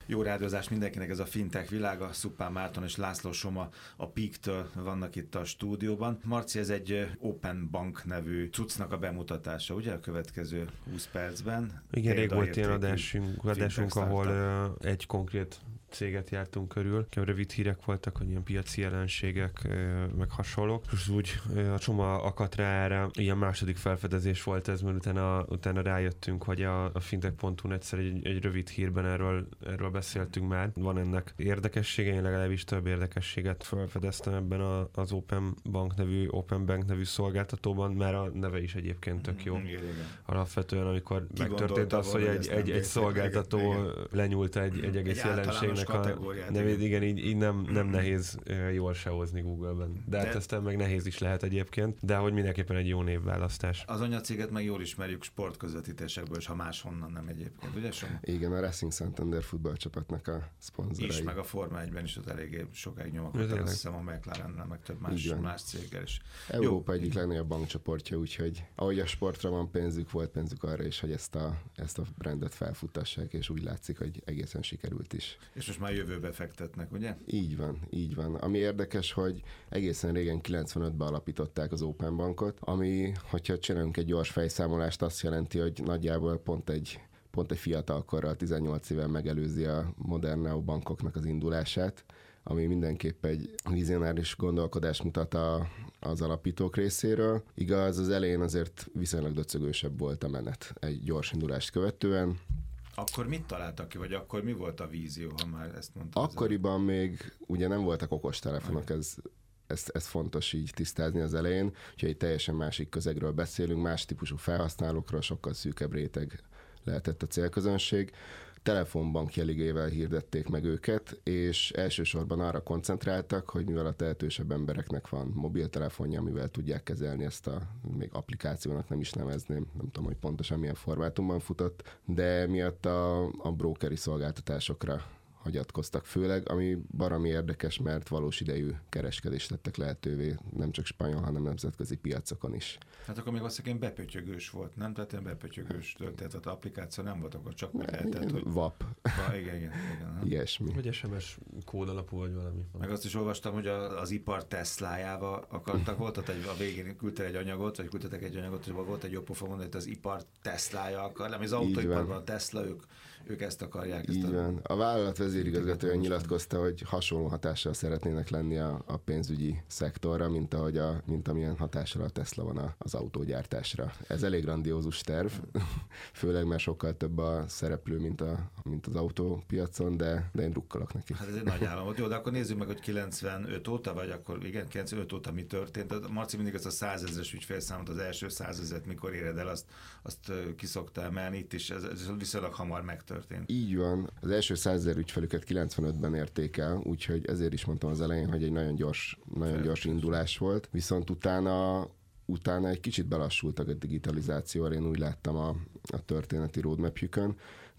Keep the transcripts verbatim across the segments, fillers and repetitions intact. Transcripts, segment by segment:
Jó rádiózás mindenkinek, ez a fintech világa. Szupán Márton és László Soma a Peak-től vannak itt a stúdióban. Marci, ez egy Open Bank nevű cuccnak a bemutatása, ugye a következő húsz percben? Igen, rég volt ilyen adásunk, adásunk ahol uh, egy konkrét céget jártunk körül. Rövid hírek voltak, hogy ilyen piaci jelenségek, meg hasonlók. És úgy a Csoma akadt rá erre. Ilyen második felfedezés volt ez, mert utána, utána rájöttünk, hogy a, a fintech pont hu-n egyszer egy, egy rövid hírben erről, erről beszéltünk már. Van ennek érdekessége, én legalábbis több érdekességet felfedeztem ebben a, az Open Bank nevű, Open Bank nevű szolgáltatóban, már a neve is egyébként tök jó. Igen, igen. Alapvetően, amikor Ki megtörtént az, hogy egy, egy, egy szolgáltató igen. lenyúlt egy, egy egész egy jelenségnek a nevét, igen, így, így nem, nem nehéz jól sehozni Google-ben. De, de hát aztán meg nehéz is lehet egyébként, de hogy mindenképpen egy jó névválasztás. Az anyacéget meg jól ismerjük sportközvetítésekből, és ha máshonnan nem egyébként, ugye Som? Igen, a Racing Santander futballcsapatnak a szponzorai. És meg a Forma egyben is ott eléggé sokáig nyomakodtak, azt hiszem a McLarennel, meg több más, más céggel is. Európa jó. Egyik legnagyobb bankcsoportja, úgyhogy ahogy a sportra van pénzük, volt pénzük arra is, hogy ezt a, ezt a brandet felfuttassák, és úgy látszik, hogy egészen sikerült is. És most már jövőbe fektetnek, ugye? Így van, így van. Ami érdekes, hogy egészen régen kilencvenötben alapították az Open Bankot, ami, hogyha csinálunk egy gyors fejszámolást, azt jelenti, hogy nagyjából pont egy pont egy fiatalkorral, tizennyolc éven megelőzi a modern bankoknak az indulását, ami mindenképp egy vizionáris gondolkodást mutat a, az alapítók részéről. Igaz, az elején azért viszonylag döcögősebb volt a menet egy gyors indulást követően. Akkor mit találtak ki, vagy akkor mi volt a vízió, ha már ezt mondtad? Akkoriban még ugye nem voltak okostelefonok, ez, ez, ez fontos így tisztázni az elején, úgyhogy egy teljesen másik közegről beszélünk, más típusú felhasználókról, sokkal szűkebb réteg lehetett a célközönség. Telefonbank jeligével hirdették meg őket, és elsősorban arra koncentráltak, hogy mivel a tehetősebb embereknek van mobiltelefonja, amivel tudják kezelni ezt a, még applikációnak nem is nevezném, nem tudom, hogy pontosan milyen formátumban futott, de miatt a, a brokeri szolgáltatásokra hagyatkoztak főleg, ami baromi érdekes, mert valós idejű kereskedést tettek lehetővé, nem csak spanyol, hanem nemzetközi piacokon is. Hát akkor még azt hiszem bepötyögős volt, nem? Tehát ilyen bepötyögős történet, az applikáció nem volt, akkor csak úgy lehetett, hogy... vap. Va, igen, igen, igen. Ilyesmi. Vagy es em es kód alapú, vagy valami. Meg azt is olvastam, hogy a, az ipar Teslájával akartak, volt ott egy, a végén küldtek egy anyagot, vagy küldtek egy anyagot, hogy volt egy jobb pofa mondani, hogy az ipar Teslája akar, nem, az autóiparban a Tesla, ők, ők ezt akarják. Ezt így a... van. A vállalat vezérigazgatója nyilatkozta, hogy hasonló hatással szeretnének lenni a, a pénzügyi szektorra, mint, ahogy a, mint amilyen hatással a Tesla van a, az autógyártásra. Ez elég grandiózus terv, főleg mert sokkal több a szereplő, mint, a, mint az autópiacon, de, de én drukkolok neki. Hát ez egy nagy állam. Jó, de akkor nézzük meg, hogy kilencvenöt óta, vagy akkor igen, kilencvenöt óta mi történt. Marci mindig az a százezres ügyfélszámot, az első százezret mikor éred el, azt, azt ki szokta emelni. Itt is ez, ez viszonylag hamar megtörtént. Így van. Az első százezer ügyfelüket kilencvenötben érték el, úgyhogy ezért is mondtam az elején, hogy egy nagyon gyors, nagyon gyors indulás volt. Viszont utána utána egy kicsit belassultak a digitalizációra, én úgy láttam a, a történeti roadmapjükön,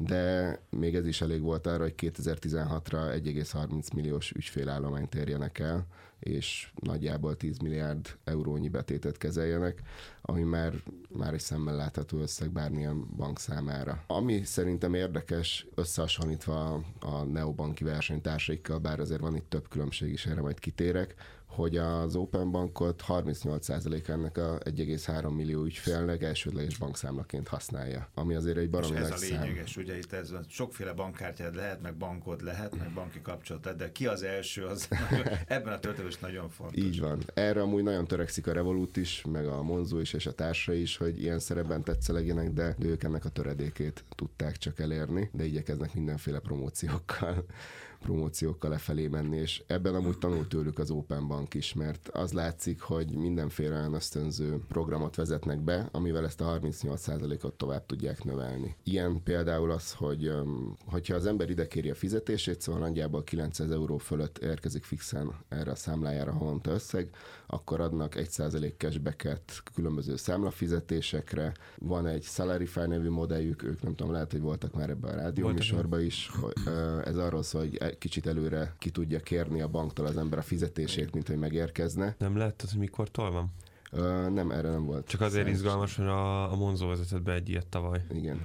de még ez is elég volt arra, hogy kétezer-tizenhatra egy egész harminc milliós ügyfélállományt érjenek el, és nagyjából tíz milliárd eurónyi betétet kezeljenek, ami már, már egy szemmel látható összeg bármilyen bank számára. Ami szerintem érdekes, összehasonlítva a, a neobanki versenytársaikkal, bár azért van itt több különbség is, erre majd kitérek, hogy az Open Bankot harmincnyolc százaléka ennek a egy egész három millió ügyfélnek elsődleges bankszámlaként használja, ami azért egy baromi nagy szám. És ez a lényeges, ugye itt ez van, sokféle bankkártyád lehet, meg bankod lehet, meg banki kapcsolatod, de ki az első, az ebben a történetben is nagyon fontos. Így van. Erre amúgy nagyon törekszik a Revolut is, meg a Monzo is, és a társai is, hogy ilyen szerepben tetszelegjenek, de ők ennek a töredékét tudták csak elérni, de igyekeznek mindenféle promóciókkal, promóciókkal lefelé menni, és ebben amúgy tanult tőlük az Open Bank is, mert az látszik, hogy mindenféle olyan ösztönző programot vezetnek be, amivel ezt a harmincnyolc százalékot tovább tudják növelni. Ilyen például az, hogy hogyha az ember ide kéri a fizetését, szóval nagyjából kilencszáz euró fölött érkezik fixen erre a számlájára havonta összeg, akkor adnak egy százalék cashbacket különböző számlafizetésekre. Van egy Salarify nevű modelljük, ők nem tudom, lehet, hogy voltak már ebben a rádióműsorban is. Ez arról szól, hogy kicsit előre ki tudja kérni a banktól az ember a fizetését, mint hogy megérkezne. Nem láttad, hogy mikortól van? Ö, nem, erre nem volt. Csak azért izgalmas, hogy a, a Monzo vezetett be egy ilyet tavaly. Igen.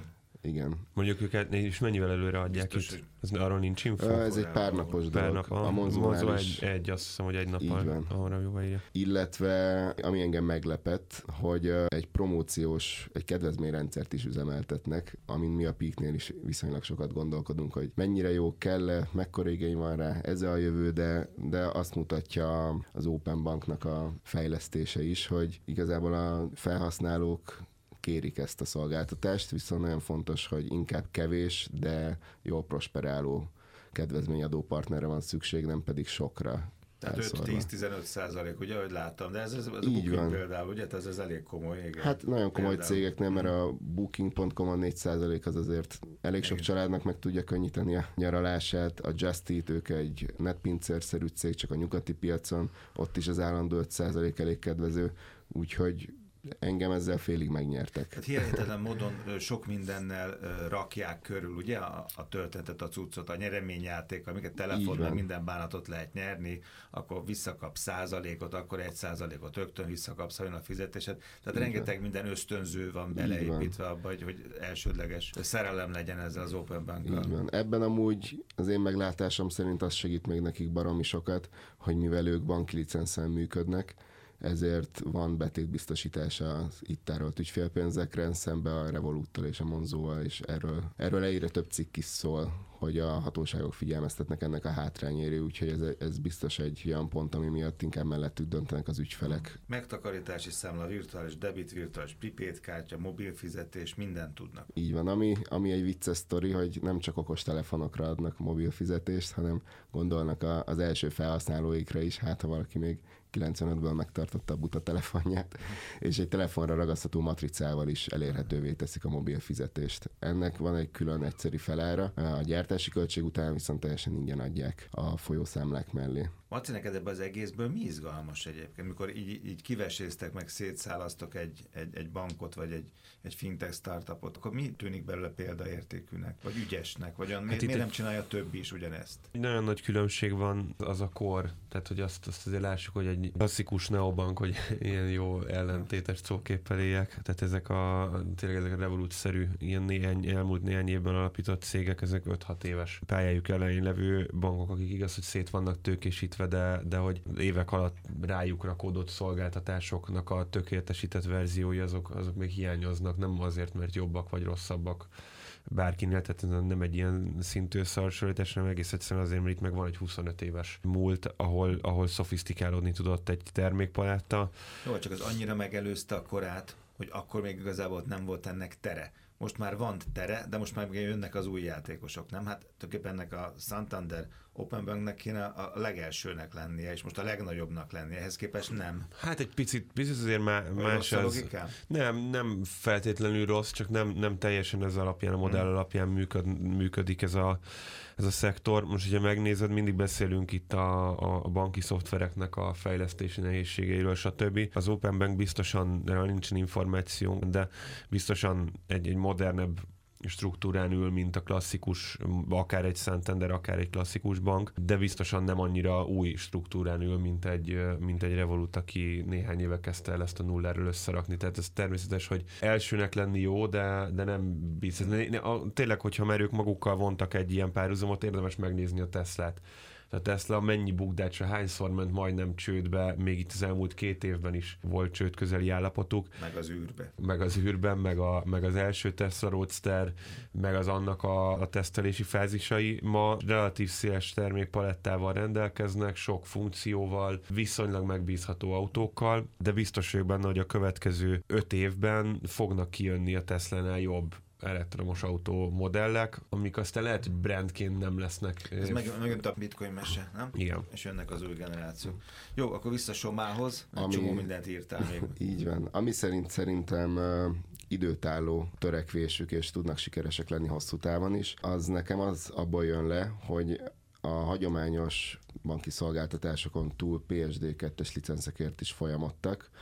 Igen. Mondjuk őket és mennyivel előre adják Biztos, itt? Ez, arról nincs info? Ez egy pár napos pár dolog. Nap, a, a Monzo is. Egy, egy, azt hiszem, hogy egy nappal, ahol jóval írja. Illetve, ami engem meglepett, hogy egy promóciós, egy kedvezményrendszert is üzemeltetnek, amin mi a Peaknél is viszonylag sokat gondolkodunk, hogy mennyire jó, kell-e, mekkora igény van rá, ez a jövő, de, de azt mutatja az Open Banknak a fejlesztése is, hogy igazából a felhasználók kérik ezt a szolgáltatást, viszont nagyon fontos, hogy inkább kevés, de jól prosperáló kedvezményadó partnerre van szükség, nem pedig sokra. Tehát öt-tíz-tizenöt százalék, ugye, ahogy láttam, de ez, ez, ez a Booking van. Például, ugye, ez, ez elég komoly. Igen. Hát nagyon komoly például. Cégeknél, mert a booking pont com-on négy százalék az azért elég sok igen. családnak meg tudja könnyíteni a nyaralását. A Just Eat, ők egy netpincérszerű cég, csak a nyugati piacon, ott is az állandó öt százalék elég kedvező, úgyhogy engem ezzel félig megnyertek. Hát hihetetlen módon sok mindennel rakják körül, ugye, a, a történetet, a cuccot, a nyereményjáték, amiket telefonnal minden bánatot lehet nyerni, akkor visszakap százalékot, akkor egy százalékot rögtön visszakapsz, ha jön a fizetésed. Tehát így rengeteg van. Minden ösztönző van beleépítve abba, hogy, hogy elsődleges szerelem legyen ezzel az Open Bankkal. Így van. Ebben amúgy az én meglátásom szerint az segít még nekik baromi sokat, hogy mivel ők banki licenszen működnek, ezért van betétbiztosítása az itt tárolt ügyfélpénzekre, szembe a Revoluttal és a Monzóval, és erről, erről egyre több cikk is szól, hogy a hatóságok figyelmeztetnek ennek a hátrányére, úgyhogy ez, ez biztos egy olyan pont, ami miatt inkább mellettük döntenek az ügyfelek. Megtakarítási számla, virtuális debit, virtuális prepaid kártya, mobilfizetés, mindent tudnak. Így van, ami, ami egy vicces sztori, hogy nem csak okos telefonokra adnak mobilfizetést, hanem gondolnak a, az első felhasználóikra is, hát ha valaki még kilencvenötből megtartotta a buta telefonját, és egy telefonra ragasztható matricával is elérhetővé teszik a mobil fizetést. Ennek van egy külön egyszeri felára, a gyártási költség után viszont teljesen ingyen adják a folyószámlák mellé. Marci, neked ebben az egészből mi izgalmas egyébként, mikor így, így kiveséztek, meg szétszálasztok egy, egy, egy bankot, vagy egy, egy fintech startupot, akkor mi tűnik belőle példaértékűnek, vagy ügyesnek, vagy olyan, hát miért nem csinálja többi is ugyanezt? Nagyon nagy különbség van az a kor, tehát hogy azt, azt azért lássuk, hogy egy klasszikus neobank, hogy ilyen jó ellentétes szóképpel éljek, tehát ezek a tényleg ezek a Revolut-szerű, ilyen néhány, elmúlt néhány évben alapított cégek, ezek öt-hat éves pályájuk elején levő bankok, akik igaz, hogy szét vannak tőkésítve, De, de hogy évek alatt rájuk rakódott szolgáltatásoknak a tökéletesített verziói, azok, azok még hiányoznak, nem azért, mert jobbak vagy rosszabbak bárkinél, tehát nem egy ilyen szintű összehasonlítás, hanem egész egyszerűen azért, mert itt meg van egy huszonöt éves múlt, ahol, ahol szofisztikálódni tudott egy termékpaletta. Jó, csak az annyira megelőzte a korát, hogy akkor még igazából nem volt ennek tere. Most már van tere, de most már jönnek az új játékosok, nem? Hát tulajdonképpen ennek a Santander Open Banknek kéne a legelsőnek lennie, és most a legnagyobbnak lennie, ehhez képest nem. Hát egy picit, picit azért má, más az. Nem, nem feltétlenül rossz, csak nem, nem teljesen ez alapján, a modell alapján működ, működik ez a, ez a szektor. Most ugye megnézed, mindig beszélünk itt a, a banki szoftvereknek a fejlesztési nehézségeiről, stb. Az Open Bank biztosan, nincsen információnk, de biztosan egy, egy modernebb struktúrán ül, mint a klasszikus, akár egy Santander, akár egy klasszikus bank, de biztosan nem annyira új struktúrán ül, mint egy, mint egy Revolut, aki néhány éve kezdte el ezt a nulláról összerakni. Tehát ez természetes, hogy elsőnek lenni jó, de, de nem biztos. Tényleg, hogyha már ők magukkal vontak egy ilyen párhuzamot, érdemes megnézni a Teslát. A Tesla mennyi bukdácsa, hányszor ment majdnem csődbe, még itt az elmúlt két évben is volt csőd közeli állapotuk. Meg az űrbe. Meg az űrben, meg, a, meg az első Tesla Roadster, meg az annak a, a tesztelési fázisai. Ma relatív széles termékpalettával rendelkeznek, sok funkcióval, viszonylag megbízható autókkal, de biztos vagyok benne, hogy a következő öt évben fognak kijönni a Tesla-nál jobb elektromos autó modellek, amik aztán lehet, hogy brandként nem lesznek. Ez meg, megint a bitcoin mese, nem? Igen. És jönnek az új generációk. Jó, akkor vissza Somához, egy Ami, csomó mindent írtál még. Így van. Ami szerint szerintem uh, időtálló törekvésük, és tudnak sikeresek lenni hosszú távon is, az nekem az abból jön le, hogy a hagyományos banki szolgáltatásokon túl pé es dé kettes licencekért is folyamodtak,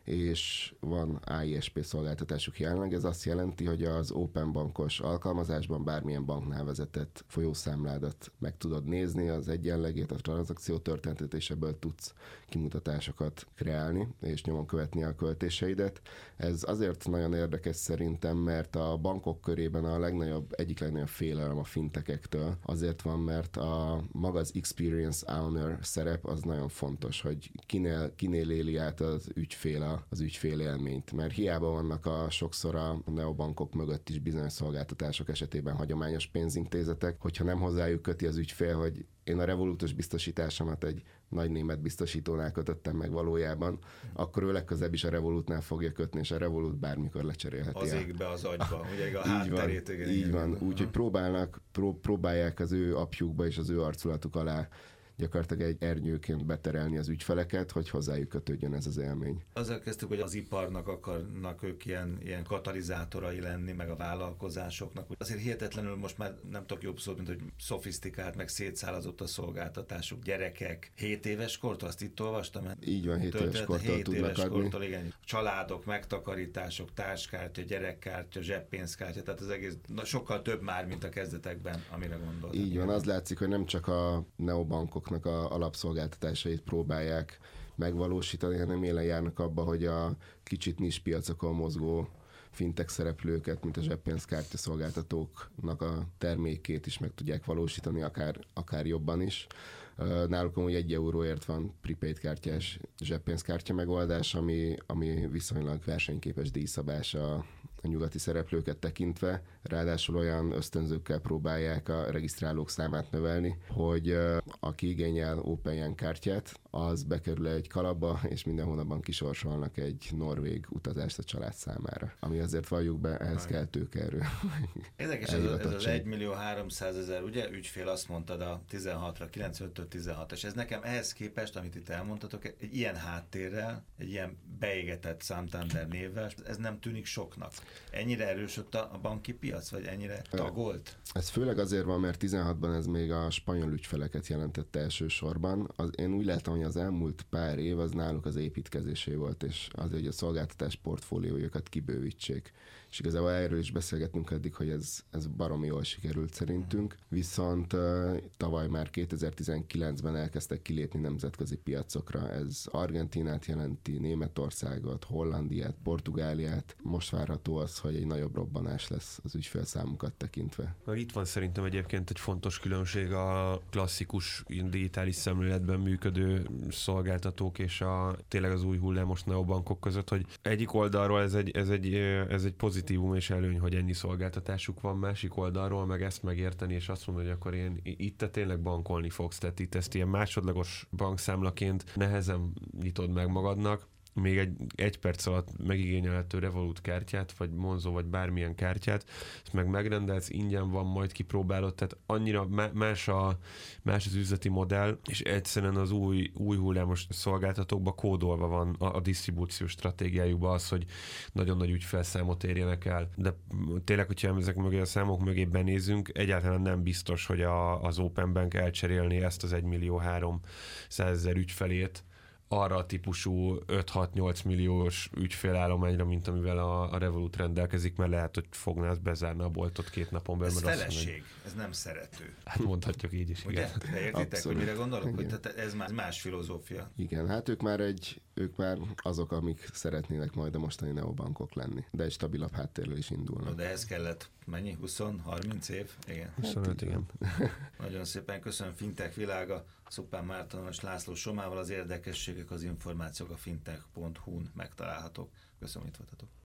és van á i es pé szolgáltatásuk jelenleg. Ez azt jelenti, hogy az Open Bankos alkalmazásban bármilyen banknál vezetett folyószámládat meg tudod nézni, az egyenlegét, a tranzakció történetet, és ebből tudsz kimutatásokat kreálni, és nyomon követni a költéseidet. Ez azért nagyon érdekes szerintem, mert a bankok körében a legnagyobb, egyik legnagyobb félelem a fintekektől azért van, mert a maga az experience owner szerep az nagyon fontos, hogy kinél, kinél éli át az ügyfél a, az ügyfél élményt, mert hiába vannak a sokszor a neobankok mögött is bizonyos szolgáltatások esetében hagyományos pénzintézetek, hogyha nem hozzájuk köti az ügyfél, hogy én a Revolutos biztosításomat egy nagy német biztosítónál kötöttem meg valójában, akkor ő legközebb is a Revolutnál fogja kötni, és a Revolut bármikor lecserélheti. Az égbe, az agyba, ugye a hátterét. Így van, így van. Úgyhogy próbálnak, pró- próbálják az ő apjukba és az ő arculatuk alá gyakorlatilag egy ernyőként beterelni az ügyfeleket, hogy hozzájuk kötődjön ez az élmény. Azzal kezdtük, hogy az iparnak akarnak ők ilyen, ilyen katalizátorai lenni, meg a vállalkozásoknak. Azért hihetetlenül most már nem tudok jobb szót, mint hogy szofisztikált, meg szétszálazott a szolgáltatásuk. Gyerekek hét éves kortól, azt itt olvastam? Így van, hét éves kortól tudnak adni. Kortól, igen. Családok, megtakarítások, társkártya, gyerekkártya, zseppénzkártya, tehát az egész na, sokkal több már, mint a kezdetekben, amire gondoltam. Így van, az látszik, hogy nem csak a neobankok a alapszolgáltatásait próbálják megvalósítani, hanem élen járnak abba, hogy a kicsit nis piacokon mozgó fintech szereplőket, mint a zseppénzkártya szolgáltatóknak a termékét is meg tudják valósítani, akár, akár jobban is. Náluk amúgy egy euróért van prepaid kártyás zseppénzkártya megoldás, ami, ami viszonylag versenyképes díjszabás a, a nyugati szereplőket tekintve. Ráadásul olyan ösztönzőkkel próbálják a regisztrálók számát növelni, hogy aki igényel OpenYan kártyát, az bekerül egy kalapba, és minden hónapban kisorsolnak egy norvég utazást a család számára. Ami azért valljuk be, ehhez kell tőkeerő. Érdekes, ez, ez az egymillió háromszázezer, ugye ügyfél, azt mondtad a tizenhatra, kilencvenöttől tizenhatos. Ez nekem ehhez képest, amit itt elmondtatok, egy ilyen háttérrel, egy ilyen beégetett Santander névvel, ez nem tűnik soknak. Ennyire erősödött a banki piac, vagy ennyire tagolt? Ez főleg azért van, mert tizenhatban ez még a spanyol ügyfeleket jelentette elsősorban. Az, én úgy látom, hogy az elmúlt pár év az náluk az építkezésé volt, és azért, hogy a szolgáltatás portfóliójukat kibővítsék. És igazából erről is beszélgettünk eddig, hogy ez, ez baromi jól sikerült szerintünk, viszont uh, tavaly már kétezer-tizenkilencben elkezdtek kilépni nemzetközi piacokra. Ez Argentínát jelenti, Németországot, Hollandiát, Portugáliát. Most várható az, hogy egy nagyobb robbanás lesz az ügyfélszámukat tekintve. Meg itt van szerintem egyébként egy fontos különbség a klasszikus digitális szemléletben működő szolgáltatók és a tényleg az új hullámos neobankok között, hogy egyik oldalról ez egy, ez egy, ez egy pozitívum és előny, hogy ennyi szolgáltatásuk van, másik oldalról meg ezt megérteni, és azt mondani, hogy akkor én itt te tényleg bankolni fogsz, tehát itt ezt ilyen másodlagos bankszámlaként nehezen nyitod meg magadnak, még egy, egy perc alatt megigényelhető Revolut kártyát, vagy Monzo, vagy bármilyen kártyát, ezt meg megrendelsz, ingyen van, majd kipróbálod, tehát annyira más, a, más az üzleti modell, és egyszerűen az új, új hullámos szolgáltatókban kódolva van a, a disztribúciós stratégiájukban az, hogy nagyon nagy ügyfelszámot érjenek el. De tényleg, hogyha ezek mögé a számok mögé benézünk, egyáltalán nem biztos, hogy a, az Open Bank elcserélné ezt az egymillió háromszázezer ügyfelét arra a típusú öt-hat-nyolc milliós ügyfélállományra, mint amivel a, a Revolut rendelkezik, mert lehet, hogy fogná, azt bezárna a boltot két napon belül. Ez feleség, mondani, ez nem szerető. Hát mondhatjuk így is, ugye? igen. De értitek, abszolút, hogy mire gondolok? Hogy tehát ez más, más filozófia. Igen, hát ők már egy, ők már azok, amik szeretnének majd a mostani neobankok lenni, de egy stabilabb háttérről is indulnak. No, de ehhez kellett mennyi? húsz-harminc év? Igen. huszonöt, igen. Nagyon szépen köszönöm, Fintech világa, Szupán Mártonon és László Somával. Az érdekességek, az információk a fintech pont hu-n megtalálhatók. Köszönöm, hogy itt voltatok.